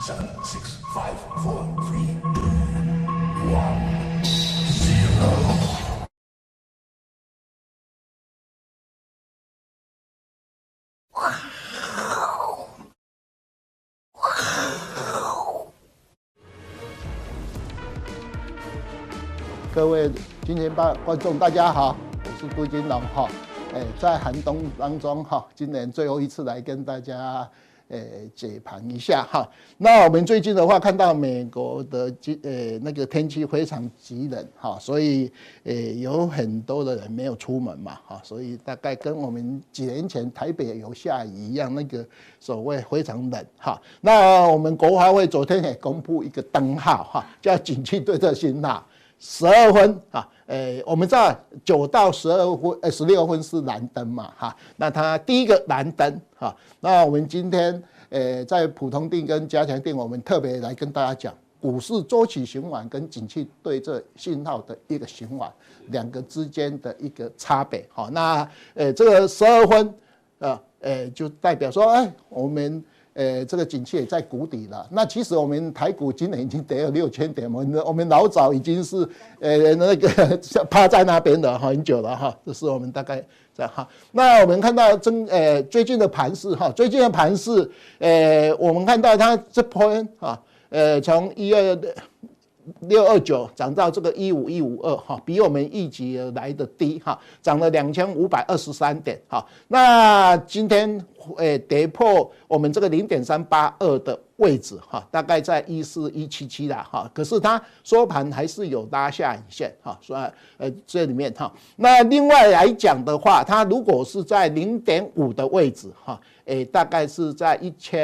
各位金钱豹观众，大家好，我是郭金龙哈。在寒冬当中哈，今年最后一次来跟大家解盘一下哈。那我们最近的话，看到美国的那个天气非常极冷哈，所以有很多的人没有出门嘛哈，所以大概跟我们几年前台北有下雨一样，那个所谓非常冷哈。那我们国发会昨天也公布一个灯号哈，叫景气对策信号。12分啊，我们知道9到16分是蓝灯嘛，哈，那它第一个蓝灯哈，那我们今天在普通定跟加强定，我们特别来跟大家讲股市周期循环跟景气对策信号的一个循环，两个之间的一个差别，好，那这个12分就代表说，我们这个景气也在谷底了。那其实我们台股今年已经跌了6000点，我们老早已经是那个趴在那边的很久了哈。这是我们大概这样哈。那我们看到最近的盘势哈，最近的盘势我们看到它这波哈从12629涨到这个15152哈，比我们预期来的低哈，涨了2523点哈。那今天跌破我们这个0.382的位置哈，大概在14177啦哈。可是它收盘还是有拉下影线哈，所以这里面哈。那另外来讲的话，它如果是在0.5的位置哈，大概是在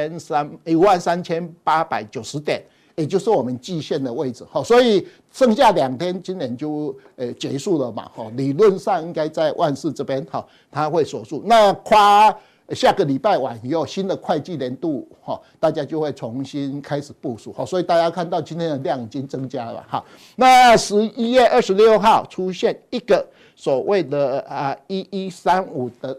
13890点。也就是我们季线的位置，所以剩下2天，今年就结束了嘛，理论上应该在万事这边，它会锁住。那跨下个礼拜完以后，新的会计年度，大家就会重新开始部署，所以大家看到今天的量已经增加了哈。那11月26号出现一个所谓的1135的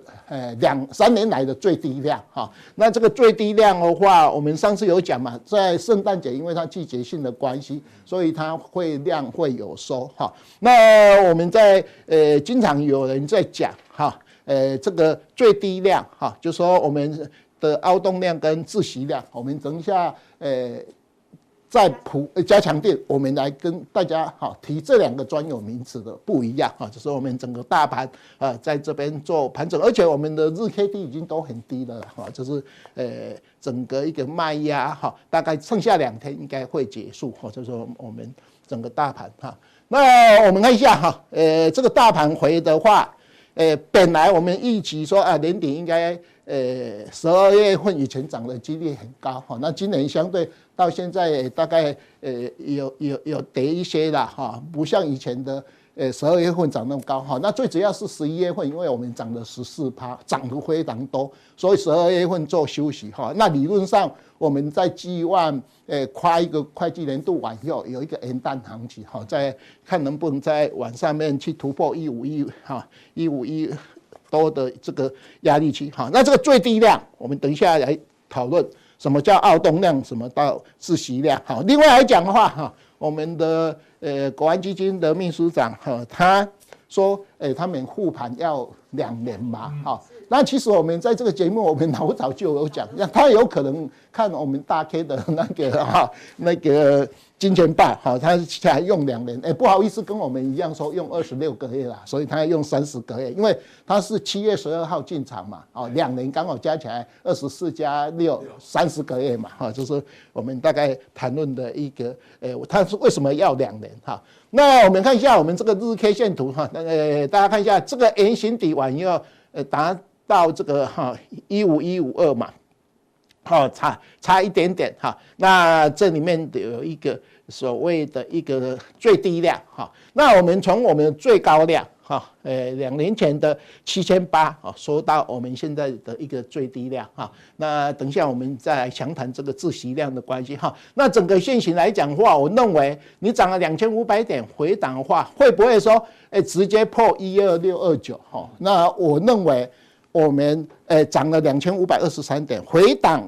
3年来的最低量哈，那这个最低量的话，我们上次有讲嘛，在圣诞节因为它季节性的关系，所以它量会有收哈。那我们在经常有人在讲哈，这个最低量哈，就说我们的凹洞量跟窒息量，我们等一下在加强定，我们来跟大家提这2个专有名词的不一样哈，就是我们整个大盘在这边做盘整，而且我们的日 K D 已经都很低了哈，就是整个一个卖压哈，大概剩下2天应该会结束哈，就是我们整个大盘哈。那我们看一下哈，这个大盘回的话，本来我们预期说年底应该12月份以前涨的几率很高哈，那今年相对到现在大概有跌一些啦哈，不像以前的12月份涨那么高哈。那最主要是11月份，因为我们涨了14%，涨得非常多，所以12月份做休息哈。那理论上我们在寄望跨一个会计年度完以后有一个元旦行情哈，再看能不能在往上面去突破151哈151多的这个压力区哈。那这个最低量我们等一下来讨论。什么叫凹洞量？什么叫窒息量？好，另外来讲的话，哈，我们的国安基金的秘书长哈，他说，他们护盘要2年嘛，哈。那其实我们在这个节目，我们老早就有讲，他有可能看我们大 K 的那个金钱豹，好，他才用2年，不好意思，跟我们一样说用26个月啦，所以他用30个月，因为他是7月12号进场嘛，2年刚好加起来24加6 30个月嘛，就是我们大概谈论的一个，他是为什么要2年哈？那我们看一下我们这个日 K 线图哈，大家看一下这个圆形底完以后，达到这个15152嘛。差一点点哈，那这里面有一个所谓的一个最低量哈，那我们从我们的最高量哈，2年前的7800说到我们现在的一个最低量哈，那等一下我们再来详谈这个窒息量的关系哈。那整个现行来讲的话，我认为你涨了2500点回档的话，会不会说直接破12629哈？那我认为我们涨了2523点，回档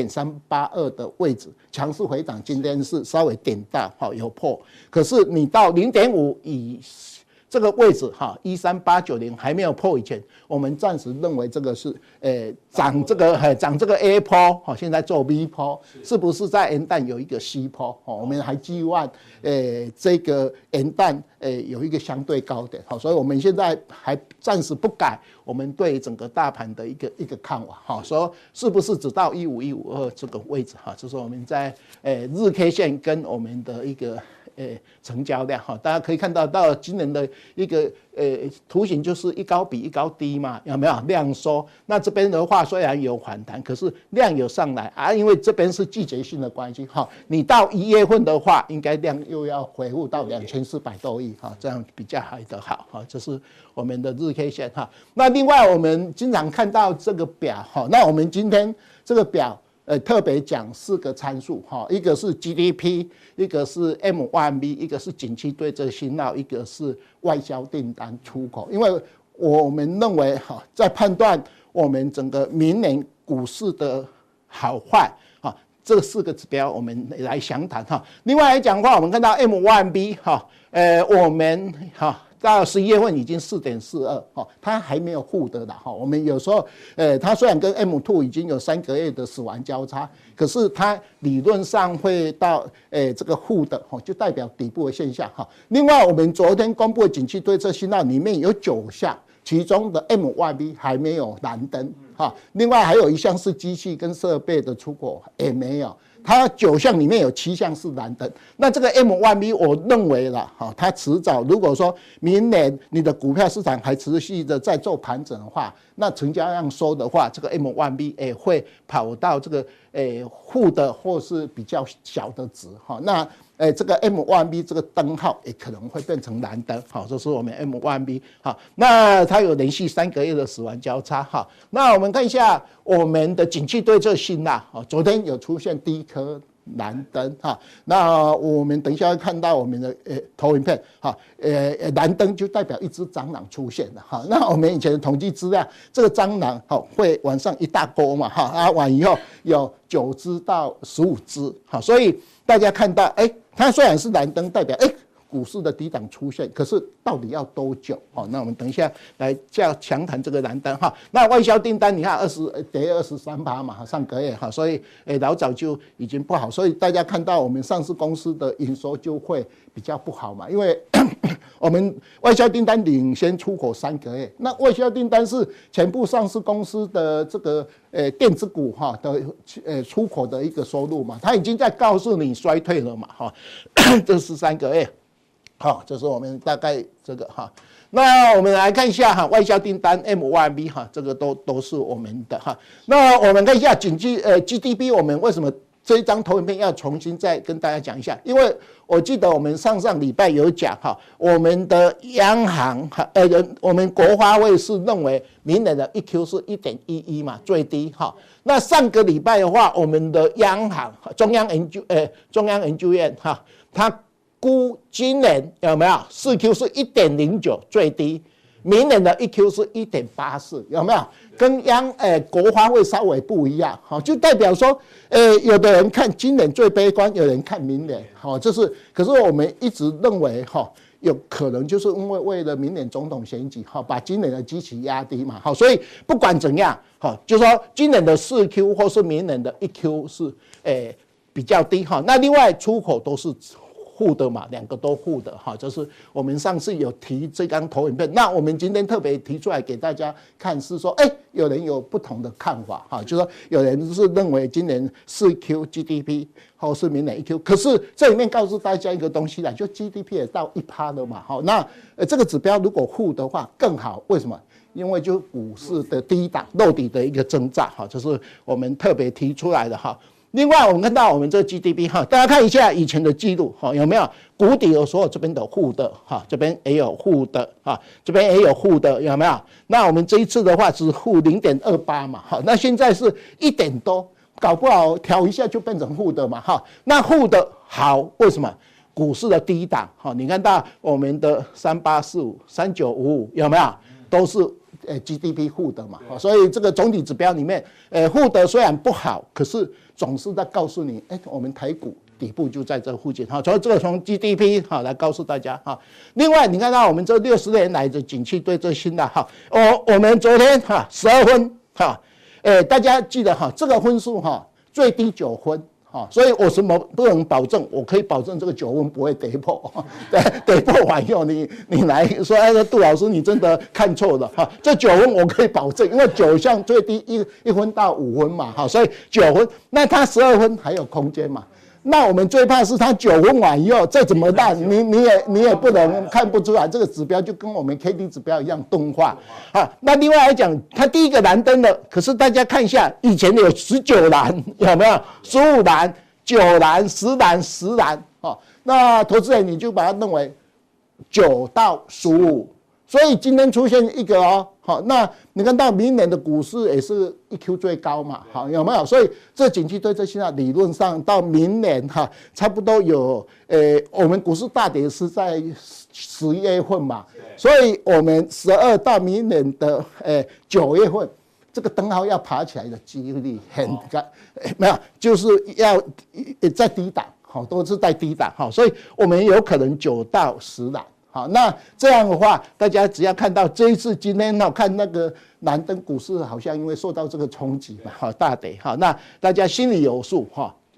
0.382的位置，强势回档，今天是稍微点到，好有破，可是你到0.5以这个位置哈，13890还没有破以前，我们暂时认为这个是涨这个 A 波，好，现在做 B 波，是不是在元旦有一个 C 波？我们还寄望这个元旦有一个相对高点，好，所以我们现在还暂时不改我们对整个大盘的一个看法，好，说是不是只到15152这个位置哈？这是我们在日 K 线跟我们的一个成交量哈，大家可以看到今年的一个图形就是一高比一高低嘛，有没有量缩？那这边的话虽然有反弹，可是量有上来啊，因为这边是季节性的关系哈。你到1月份的话，应该量又要恢复到2400多亿哈，这样比较还得好哈。这是我们的日 K 线哈。那另外我们经常看到这个表哈，那我们今天这个表。特别讲4个参数哈，一个是 GDP， 一个是 M1B， 一个是景气对这信号，一个是外销订单出口。因为我们认为哈，在判断我们整个明年股市的好坏哈，这4个指标我们来详谈哈。另外来讲的话，我们看到 M1B 哈，我们哈。到11月份已经4.42，它还没有负的啦哈。我们有时候，它虽然跟 M2 已经有3个月的死亡交叉，可是它理论上会到这个负的，就代表底部的现象哈。另外，我们昨天公布的景气对策信号里面有9项，其中的 M1B 还没有蓝灯哈。另外还有1项是机器跟设备的出口也没有。它9项里面有7项是蓝灯，那这个 M1B 我认为啦，它迟早如果说明年你的股票市场还持续的在做盘整的话，那成交量收的话，这个 M1B 也会跑到这个负的或是比较小的值哈。那这个 M1B 这个灯号也可能会变成蓝灯，好，这是我们 M1B 好，那它有连续3个月的死亡交叉哈。那我们看一下我们的景气对策信号，昨天有出现第一颗蓝灯哈。那我们等一下会看到我们的投影片哈，蓝灯就代表一只蟑螂出现了哈。那我们以前的统计资料，这个蟑螂会晚上一大锅嘛哈，啊完以后有9只到15只哈，所以大家看到它虽然是蓝灯，代表股市的低档出现，可是到底要多久？那我们等一下来强谈这个蓝灯哈。那外销订单你看跌23%嘛，上个月哈，所以老早就已经不好，所以大家看到我们上市公司的营收就会比较不好嘛，因为我们外销订单领先出口3个月，那外销订单是全部上市公司的这个电子股哈的出口的一个收入嘛，它已经在告诉你衰退了嘛哈，这是3个月。好，这是我们大概这个哈。那我们来看一下哈，外销订单 M1B 哈，这个都是我们的哈。那我们看一下经济GDP， 我们为什么这一张投影片要重新再跟大家讲一下？因为我记得我们上礼拜有讲哈，我们的央行哈我们国发会是认为明年的1Q 是 1.11 嘛，最低哈。那上个礼拜的话，我们的央行中央研究院哈，它估今年有没有4Q 是 1.09 最低，明年的1Q 是 1.84， 有没有？跟国发会稍微不一样，就代表说，有的人看今年最悲观，有人看明年，可是我们一直认为有可能就是因为为了明年总统选举，把今年的基期压低嘛，所以不管怎样，就是说今年的4Q 或是明年的1Q 是比较低哈。那另外出口都是负的嘛，2个都负的哈，这是我们上次有提这张投影片，那我们今天特别提出来给大家看，是说，有人有不同的看法哈，就是说有人是认为今年4Q GDP 或是明年1Q， 可是这里面告诉大家一个东西啦，就 GDP 也到1%了嘛，好，那这个指标如果负的话更好，为什么？因为就股市的低档漏底的一个征兆哈，这是我们特别提出来的哈。另外，我们看到我们这个 GDP 哈，大家看一下以前的记录哈，有没有谷底的时候这边的负的哈，这边也有负的哈，这边也有负的，有没有？那我们这一次的话是负0.28嘛，好，那现在是1点多，搞不好调一下就变成负的嘛，哈，那负的好，为什么？股市的低档哈，你看到我们的3845、3955有没有？都是 GDP 负的嘛，所以这个总体指标里面，负的虽然不好，可是总是在告诉你，我们台股底部就在这附近哈，所以这个从 GDP 哈来告诉大家哈。另外，你看到我们这60年来的景气对这新的哈，我们昨天哈12分哈，大家记得哈，这个分数哈最低9分。所以我什么不能保证？我可以保证这个9分不会跌破，跌破完以后你来说，杜老师你真的看错了哈。这9分我可以保证，因为9项最低1分到5分嘛，所以9分，那它12分还有空间嘛。那我们最怕是它9分完以后再怎么烂，你也不能看不出来，这个指标就跟我们 KD 指标一样钝化啊。那另外来讲，它第一个蓝灯了，可是大家看一下，以前有19蓝，有没有？15蓝、9蓝、10蓝、10蓝啊。那投资人你就把它认为9到15，所以今天出现一个好，那你看到明年的股市也是1Q 最高嘛，好，有没有？所以这景气对这现在理论上到明年差不多有，我们股市大跌是在11月份嘛，所以我们12到明年的9月份，这个灯号要爬起来的几率很高，没有，就是要在低档，好，都是在低档，好，所以我们有可能9到10蓝。好，那这样的话，大家只要看到这一次今天看那个蓝灯股市好像因为受到这个冲击嘛，大跌，那大家心里有数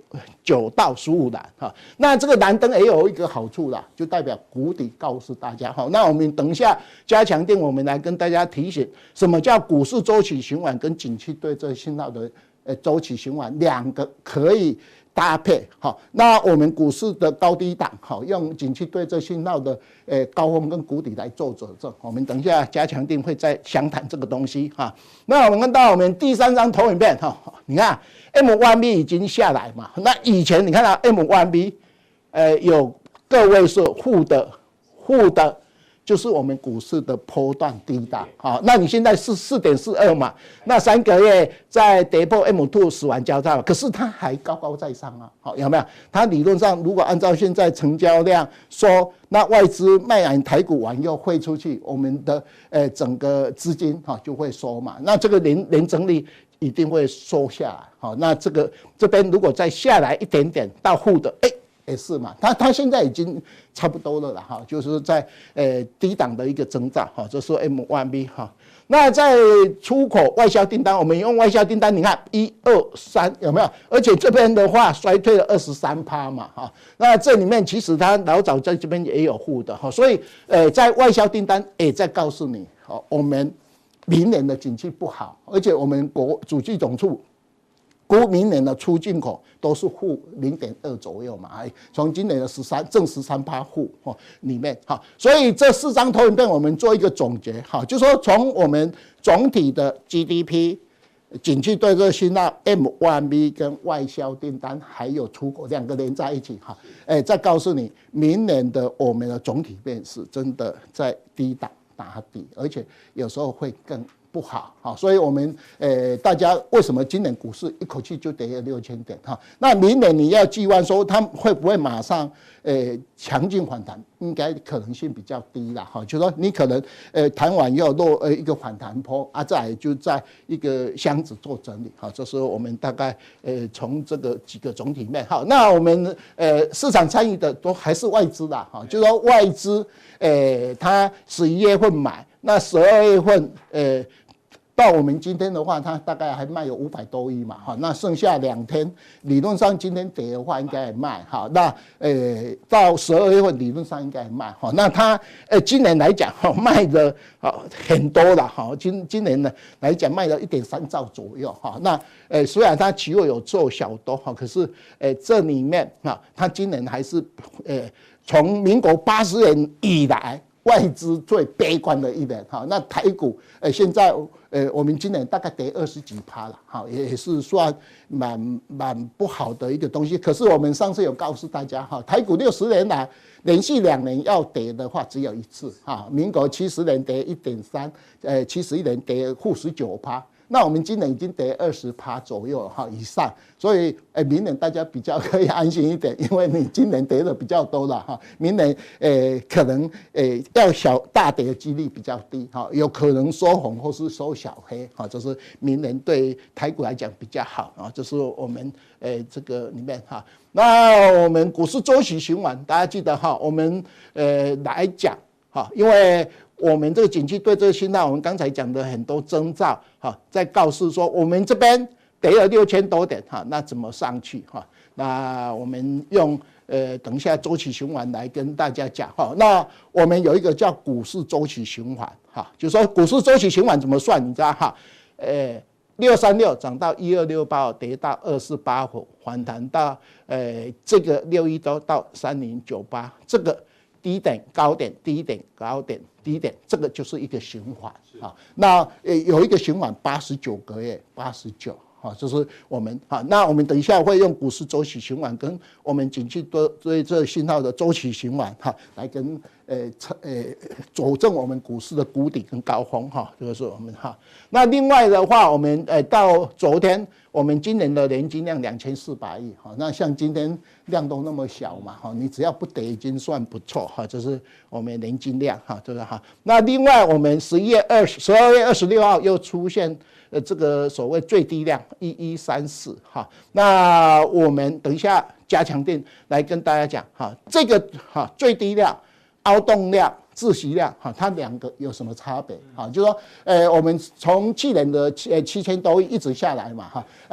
9到15蓝，那这个蓝灯也有一个好处啦，就代表谷底告诉大家，那我们等一下加强定，我们来跟大家提醒什么叫股市周期循环跟景气对这信号的周期循环两个可以搭配，那我们股市的高低档，用景气对这信号的高峰跟谷底来做佐证。我们等一下加强定会再详谈这个东西哈。那我们看到我们第3张投影片你看 M1B 已经下来嘛，那以前你看到 M1B 有个位数负的。就是我们股市的波段低档，那你现在是4.42嘛？那3个月在跌破 M2 死亡交叉，可是它还高高在上啊，有没有？它理论上如果按照现在成交量说，那外资卖完台股完又汇出去，我们的整个资金就会收嘛，那这个年整理一定会收下来，那这边如果再下来一点点到负的，也是嘛，它现在已经差不多了啦，就是在低档的一个征兆，这是 M1B 那在出口外销订单，我们用外销订单，你看1、2、3有没有？而且这边的话衰退了23%嘛，那这里面其实它老早在这边也有负的，所以在外销订单也在告诉你，我们明年的景气不好，而且我们主计总处估明年的出进口都是负0.2左右嘛，从今年的正13%负里面，所以这4张投影片我们做一个总结，就是说从我们总体的 GDP、景气对热信号 M1B 跟外销订单还有出口2个连在一起，再告诉你明年的我们的总体面是真的在低档打底，而且有时候会更不好，所以我们大家为什么今年股市一口气就跌了6000点那明年你要寄望说它会不会马上强劲反弹，应该可能性比较低啦就是说你可能弹完以后落一个反弹波再来就在一个箱子做整理这是我们大概从这个几个总体面那我们市场参与的都还是外资啦就是说外资它11月份买，那12月份到我们今天的话，它大概还卖有500多亿嘛，那剩下2天，理论上今天跌的话应该也卖，那到12月份理论上应该也卖，那它今年来讲卖的很多了，今年呢来讲卖了1.3兆左右，那虽然它期货有做小多，可是这里面它今年还是从民国80年以来外资最悲观的一年，那台股现在我们今年大概跌20几%了，也是算蛮不好的一个东西。可是我们上次有告诉大家，台股60年来连续2年要跌的话只有一次，民国70年跌1.3%，71年跌负19%。 那我们今年已经跌20%左右哈以上，所以明年大家比较可以安心一点，因为你今年跌的比较多了哈，明年可能要大跌的几率比较低哈，有可能收红或是收小黑哈，这是明年对台股来讲比较好啊，这是我们这个里面哈。那我们股市周期循环，大家记得哈，我们来讲哈，因为我们这个景气对这个信号，我们刚才讲的很多征兆哈，在告诉说我们这边跌了6000多点哈，那怎么上去哈？那我们用等一下周期循环来跟大家讲哈。那我们有一个叫股市周期循环哈，就是说股市周期循环怎么算？你知道哈？636涨到12685，跌到248，反弹到这个61到3098，这个低点高点低点高点低点，这个就是一个循环啊。那有一个循环89个月，89。就是我们那我们等一下会用股市周期循环跟我们景气对这信号的周期循环来跟佐证我们股市的谷底跟高峰这个是我们那另外的话，我们到昨天我们今年的年金量2400亿那像今天量都那么小嘛你只要不跌已经算不错这是我们年金量这个那另外我们12月26号又出现这个所谓最低量1134那我们等一下加强定来跟大家讲这个最低量、凹洞量、窒息量它两个有什么差别就是说我们从去年的7000多亿一直下来嘛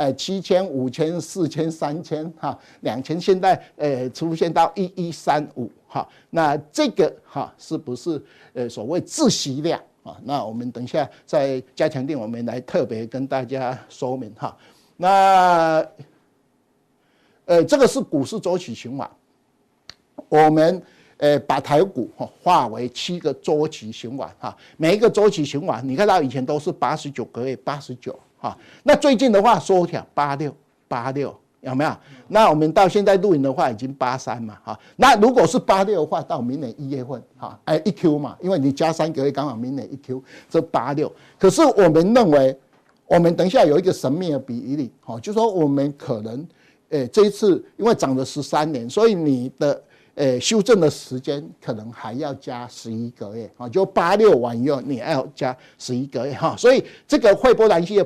7000、5000、4000、3000 2000，现在出现到1135那这个是不是所谓窒息量？那我们等一下在加强定，我们来特别跟大家说明那这个是股市周期循环，我们把台股划为7个周期循环每一个周期循环，你看到以前都是89个月89那最近的话缩小86有没有？那我们到现在录影的话已经83嘛那如果是86的话，到明年1月份1Q 嘛，因为你加3个月刚好明年1Q， 这86。可是我们认为，我们等一下有一个神秘的比例就是说我们可能这一次因为涨了13年，所以你的修正的时间可能还要加11个月就86完以后你要加11个月所以这个惠波兰西的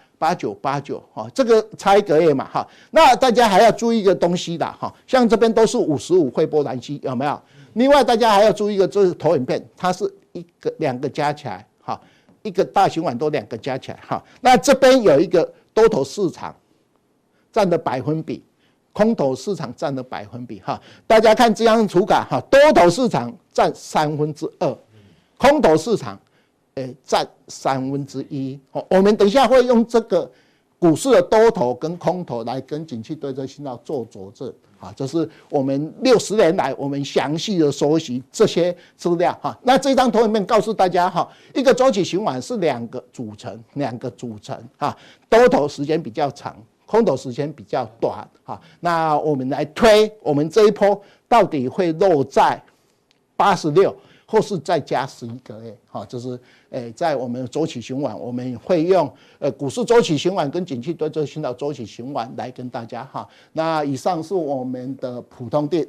89这个差1个月嘛那大家还要注意一个东西的像这边都是55惠波兰西有没有？另外大家还要注意一个，就是投影片，它是2个加起来一个大循环都2个加起来那这边有一个多头市场占的百分比，空头市场占的百分比大家看这张图卡多头市场占2/3，空头市场占1/3我们等一下会用这个股市的多头跟空头来跟景气对策信号做佐证这是我们60年来我们详细的收集这些资料那这张投影片告诉大家一个周期循环是2个组成多头时间比较长，空头时间比较短那我们来推我们这一波到底会落在86或是再加11个月就是在我们的周期循环，我们会用股市周期循环跟景气对策信号周期循环来跟大家那以上是我们的普通定。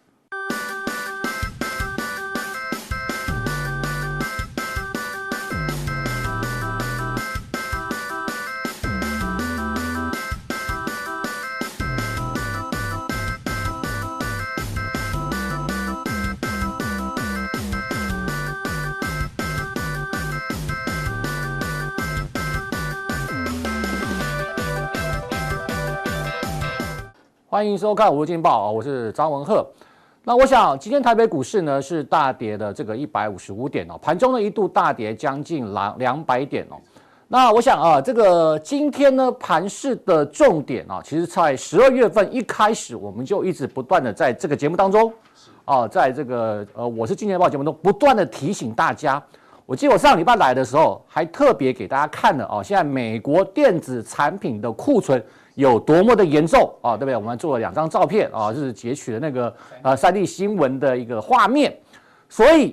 欢迎收看《五日经报》我是张文鹤。那我想今天台北股市呢是大跌的这个155点盘中呢一度大跌将近200点那我想这个今天呢盘市的重点其实在12月份一开始我们就一直不断的在这个节目当中在这个我是金钱豹节目中不断的提醒大家。我记得我上礼拜来的时候还特别给大家看了现在美国电子产品的库存有多么的严重对不对？我们做了2张照片就是截取了那个3D 新闻的一个画面。所以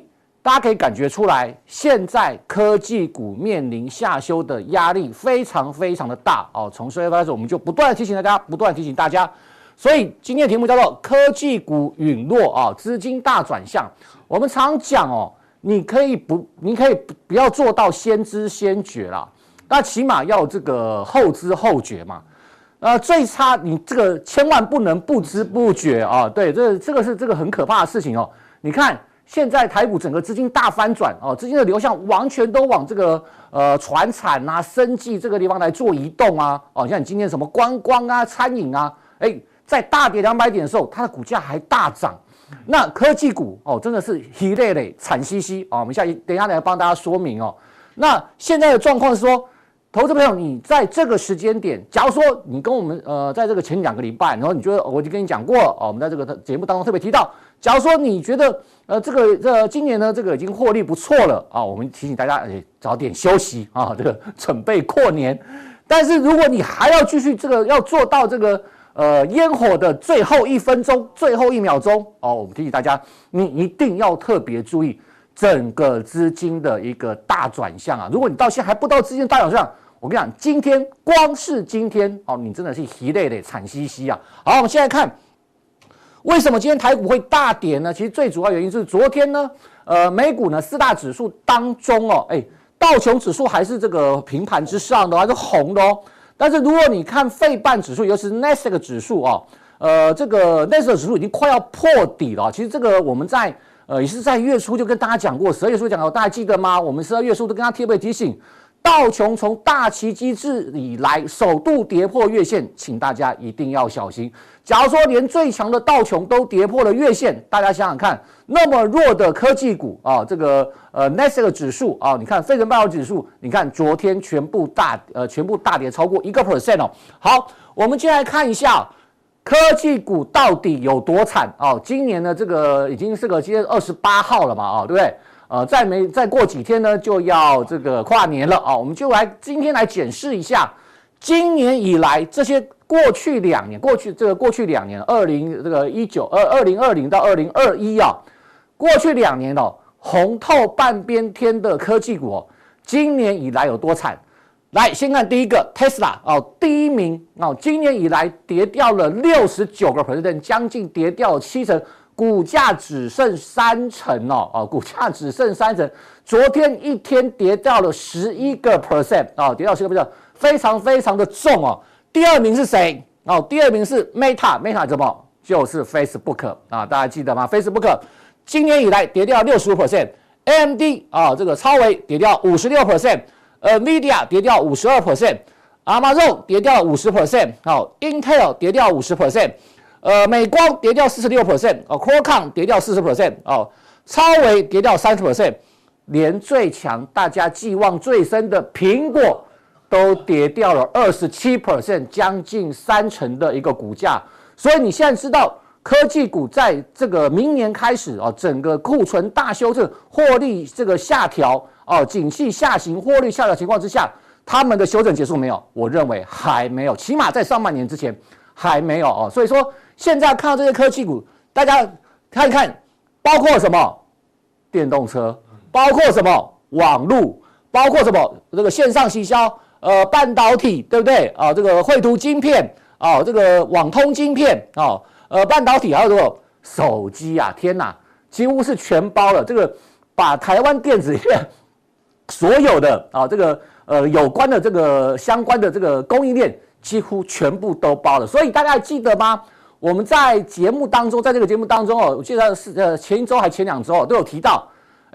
大家可以感觉出来，现在科技股面临下修的压力非常非常的大哦。从10月份开始，我们就不断的提醒大家，所以今天的题目叫做科技股陨落啊，资金大转向。我们常讲哦，你可以不要做到先知先觉啦，那起码要这个后知后觉嘛。最差你这个千万不能不知不觉啊！对，这个是很可怕的事情哦。你看现在台股整个资金大翻转哦，资金的流向完全都往这个传产啊、生技这个地方来做移动啊。哦，像你今天什么观光啊、餐饮啊，在大跌200点的时候，它的股价还大涨。那科技股哦，真的是稀累累、惨兮兮哦。我们等一下来帮大家说明哦。那现在的状况是说，投资朋友，你在这个时间点，假如说你跟我们在这个前2个礼拜，然后你觉得我已经跟你讲过哦，我们在这个节目当中特别提到，假如说你觉得今年呢这个已经获利不错了啊，我们提醒大家早点休息啊，这个准备过年。但是如果你还要继续要做到这个烟火的最后1分钟、最后1秒钟哦，我们提醒大家，你一定要特别注意整个资金的一个大转向啊。如果你到现在还不到资金的大转向，我跟你讲，光是今天哦，你真的是疲累累、惨兮兮啊！好，我们现在看为什么今天台股会大跌呢？其实最主要原因是昨天呢，美股呢4大指数当中哦，道琼指数还是这个平盘之上的，还是红的哦。但是如果你看费半指数，尤其是 Nasdaq 指数哦，这个 Nasdaq 指数已经快要破底了。其实这个我们也是在月初就跟大家讲过，12月初讲过，大家记得吗？我们12月初都跟大家特别提醒。道琼从大奇迹制以来首度跌破月线，请大家一定要小心。假如说连最强的道琼都跌破了月线，大家想想看，那么弱的科技股啊，这个Nasdaq 指数啊，你看费城半导体指数，你看昨天全部大跌超过1% 哦。好，我们接下来看一下科技股到底有多惨哦。今年呢，这个已经是今天28号了嘛，啊，对不对？再过几天呢，就要这个跨年了啊！我们就今天来检视一下，今年以来这些过去2年，2020到2021啊，过去2年哦，红透半边天的科技股哦，今年以来有多惨？来，先看第一个 Tesla 哦，第一名哦，今年以来跌掉了69%，将近跌掉了70%。股价只剩3成哦，股价只剩3成，昨天一天跌掉了11% 哦，跌到11%，非常非常的重哦。第2名是谁？哦，第2名是 Meta 什么？就是 Facebook 啊，大家记得吗 ？Facebook 今年以来跌掉65%，AMD 啊，这个超微跌掉56%，NVIDIA 跌掉52%，Amazon 跌掉50%，好 ，Intel 跌掉50%。美光跌掉46%，哦 ，Qualcomm 跌掉40%，哦，超微跌掉30%，连最强、大家寄望最深的苹果都跌掉了27%，将近3成的一个股价。所以你现在知道，科技股在这个明年开始哦，整个库存大修正、获利这个下调哦，景气下行、获利下调情况之下，他们的修正结束没有？我认为还没有，起码在上半年之前还没有哦。所以说。现在看到这些科技股，大家看一看，包括什么电动车，包括什么网络，包括什么这个线上行销，半导体，对不对啊？这个绘图晶片啊，这个网通晶片啊，半导体还有这个手机啊，天哪，几乎是全包了。这个把台湾电子业所有的啊，这个有关的这个相关的这个供应链，几乎全部都包了。所以大家还记得吗？我们在节目当中，在这个节目当中哦，我记得是前1周还前2周都有提到，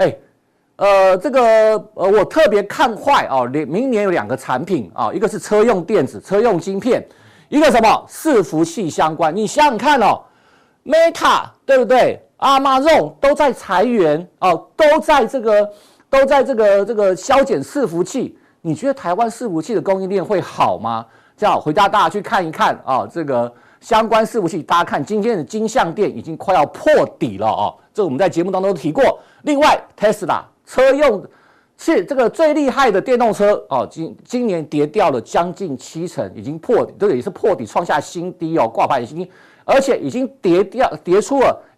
我特别看坏哦，明年有2个产品啊，一个是车用电子、车用晶片，一个什么伺服器相关。你想想看哦 ，Meta 对不对 ？Amazon 都在裁员哦，都在这个削减伺服器。你觉得台湾伺服器的供应链会好吗？这样回答大家去看一看啊，这个。相关伺服器，大家看今天的金像电已经快要破底了哦，这我们在节目当中都提过。另外 ，Tesla 车用是这个最厉害的电动车哦，今年跌掉了将近70%，已经破底，这个也是破底创下新低哦，挂牌新低，而且已经跌出了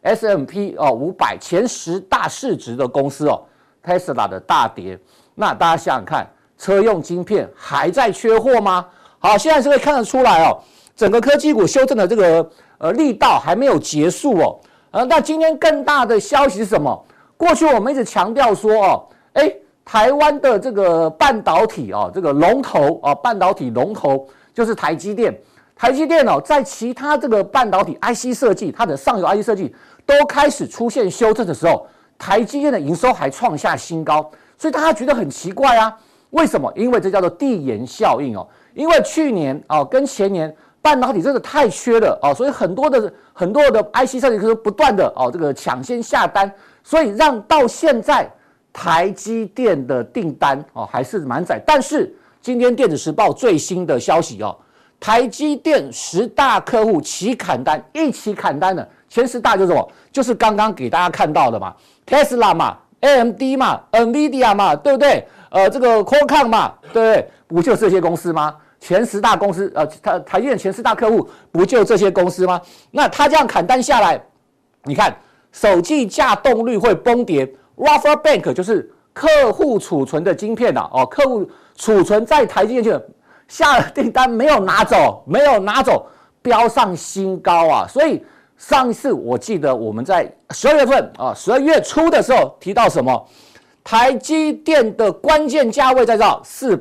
S&P 500前10大市值的公司Tesla 的大跌。那大家想想看，车用晶片还在缺货吗？好，现在是可以看得出来整个科技股修正的这个力道还没有结束那今天更大的消息是什么？过去我们一直强调说台湾的这个半导体这个龙头半导体龙头就是台积电。台积电在其他这个半导体 IC 设计，它的上游 IC 设计都开始出现修正的时候，台积电的营收还创下新高，所以大家觉得很奇怪啊，为什么？因为这叫做递延效应因为去年跟前年半导体真的太缺了所以很多的 IC 设计公司不断的这个抢先下单，所以让到现在台积电的订单还是蛮窄。但是今天电子时报最新的消息台积电10大客户一起砍单的，前10大就是什么？就是刚刚给大家看到的嘛 ，Tesla 嘛 ，AMD 嘛 ，NVIDIA 嘛，对不对？这个 Qualcomm 嘛，对不对？不就这些公司吗？前10大公司，台积电前10大客户不就这些公司吗？那他这样砍单下来，你看手机架动率会崩跌 ，Wafer Bank 就是客户储存的晶片客户储存在台积电去。下了订单没有拿走，飙上新高所以上一次我记得我们在12月份12月初的时候提到什么？台积电的关键价位在这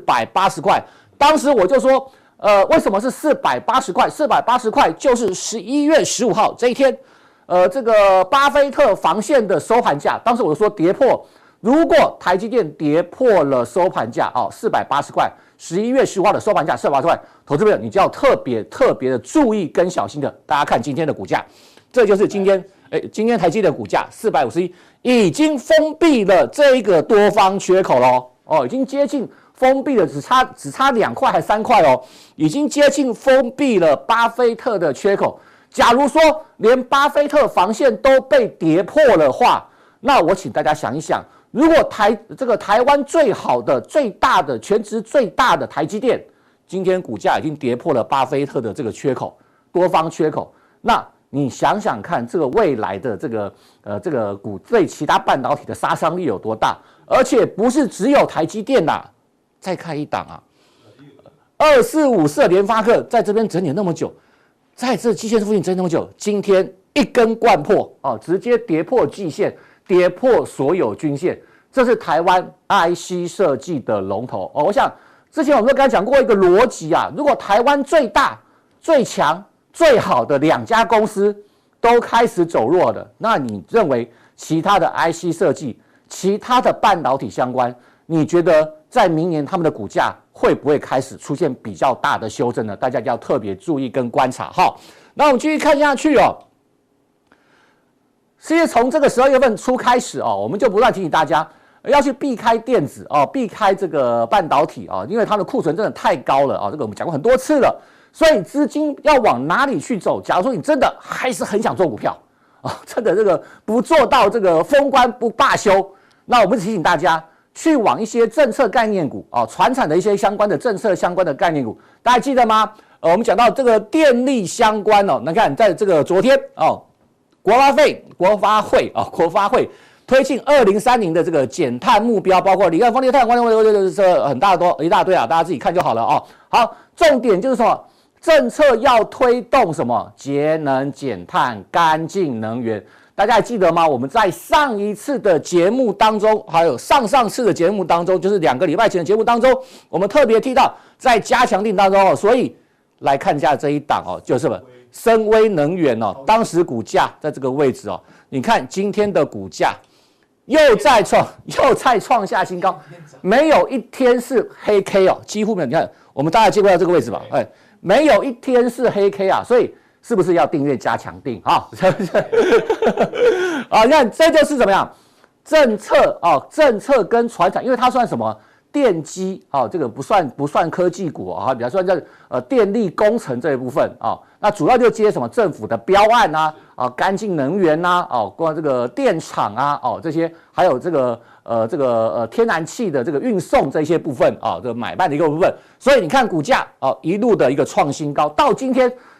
480块，当时我就说，为什么是480块？480块就是11月15号这一天，这个巴菲特防线的收盘价，当时我就说跌破，如果台积电跌破了收盘价480块。11月15号的收盘价480块，投资朋友你就要特别的注意跟小心的。大家看今天的股价，这就是今天台积电的股价451，已经封闭了这一个多方缺口已经接近封闭了，只差2块还3块已经接近封闭了巴菲特的缺口。假如说连巴菲特防线都被跌破的话，那我请大家想一想。如果台湾最好的、最大的、全值最大的台积电，今天股价已经跌破了巴菲特的这个缺口，多方缺口。那你想想看，这个未来的这个股对其他半导体的杀伤力有多大？而且不是只有台积电再看一档2454联发科在这边整理那么久，在这季线附近整理那么久，今天一根贯破直接跌破季线。跌破所有均线，这是台湾 IC 设计的龙头我想之前我们都跟他讲过一个逻辑如果台湾最大、最强、最好的2家公司都开始走弱的，那你认为其他的 IC 设计、其他的半导体相关，你觉得在明年他们的股价会不会开始出现比较大的修正呢？大家要特别注意跟观察。好，那我们继续看下去其实从这个12月份初开始我们就不断提醒大家要去避开电子避开这个半导体因为它的库存真的太高了这个我们讲过很多次了。所以资金要往哪里去走？假如说你真的还是很想做股票真的这个不做到这个封关不罢休，那我们提醒大家去往一些政策概念股传产的一些相关的政策相关的概念股，大家记得吗？我们讲到这个电力相关你看在这个昨天国发会推进2030的这个减碳目标，包括离岸风力、太阳光电，这很大多一大堆大家自己看就好了好，重点就是什么？政策要推动什么？节能减碳、干净能源。大家还记得吗？我们在上一次的节目当中，还有上次的节目当中，就是2个礼拜前的节目当中，我们特别提到在加强定当中所以来看一下这一档就是什么？深威能源当时股价在这个位置你看今天的股价又再创下新高，没有一天是黑 K 几乎没有。你看我们大概接过到这个位置吧，没有一天是黑 K 所以是不是要订阅加强定你看这就是怎么样政策跟传产，因为它算什么？电机这个不算科技股比方说在电力工程这一部分那主要就接什么政府的标案干净能源光这个电厂这些，还有这个天然气的这个运送这些部分这个买卖的一个部分，所以你看股价一路的一个创新高，到今天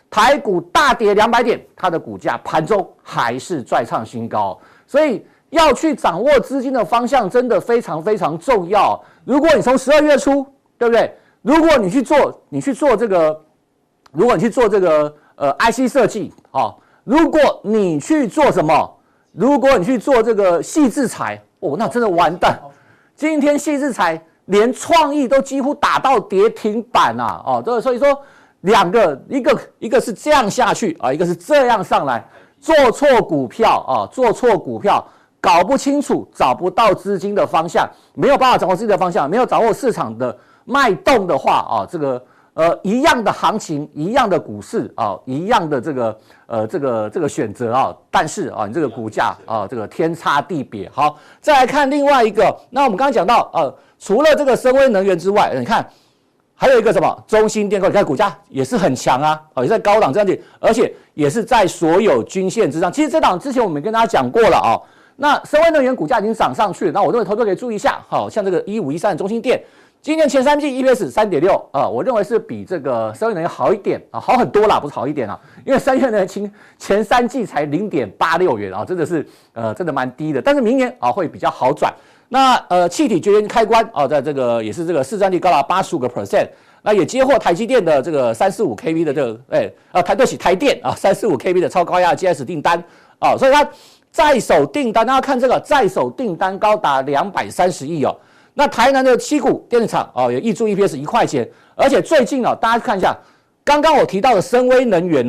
台股大跌200点，它的股价盘中还是再创新高，所以要去掌握资金的方向，真的非常非常重要。如果你从12月初，对不对？如果你去做这个，如果你去做这个IC 设计，哦，如果你去做什么？如果你去做这个矽智财，哦，那真的完蛋。今天矽智财连创意都几乎打到跌停板啊！哦，对，所以说两个，一个是这样下去啊，一个是这样上来，做错股票啊，做错股票，搞不清楚，找不到资金的方向，没有办法掌握自己的方向，没有掌握市场的脉动的话啊，这个一样的行情，一样的股市啊，一样的这个选择啊，但是啊，你这个股价啊，这个天差地别。好，再来看另外一个，那我们刚刚讲到除了这个深威能源之外，你看还有一个什么中兴电工，你看股价也是很强啊，也在高档这样子，而且也是在所有均线之上。其实这档之前我们跟大家讲过了啊，那深威能源股价已经涨上去了，那我认为投资者可以注意一下，好像这个1513的中兴电。今年前3季 EPS 3.6啊，我认为是比这个深威能源好一点啊，好很多啦，不是好一点啊，因为深威能源前3季才0.86元啊，真的是真的蛮低的，但是明年啊会比较好转。那气体绝缘开关啊，在这个也是这个市占率高达85%，那也接获台积电的这个345 kV 的这个台电啊345 kV 的超高压 GS 订单啊，所以它在手订单，大家看这个在手订单高达230亿哦。那台南的七股电子厂也挹注 EPS 1块钱，而且最近大家看一下，刚刚我提到的深威能源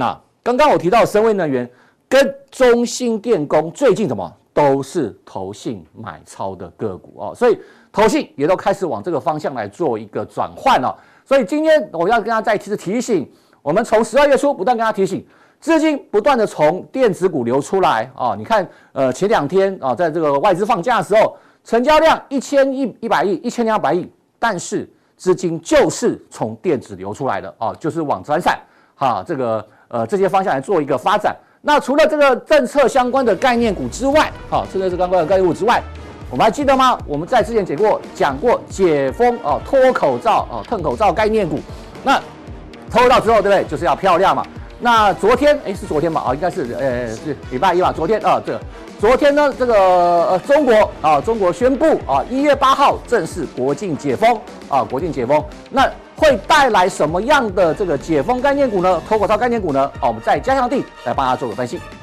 跟中兴电工最近怎么都是投信买超的个股哦，所以投信也都开始往这个方向来做一个转换哦。所以今天我要跟大家再次提醒，我们从12月初不断跟大家提醒，资金不断的从电子股流出来啊，你看前2天啊，在这个外资放假的时候。成交量1100亿、1200亿，但是资金就是从电子流出来的哦，就是往转闪这个这些方向来做一个发展。那除了这个政策相关的概念股之外，政策相关的概念股之外，我们还记得吗？我们在之前讲过解封脱口罩吞口罩概念股，那脱口罩之后，对不对？就是要漂亮嘛。那昨天是昨天吧？应该是是礼拜一吧？昨天昨天呢，这个中国宣布1月8号正式国境解封国境解封，那会带来什么样的这个解封概念股呢？脱口罩概念股呢？我们在加强地来帮大家做个分析。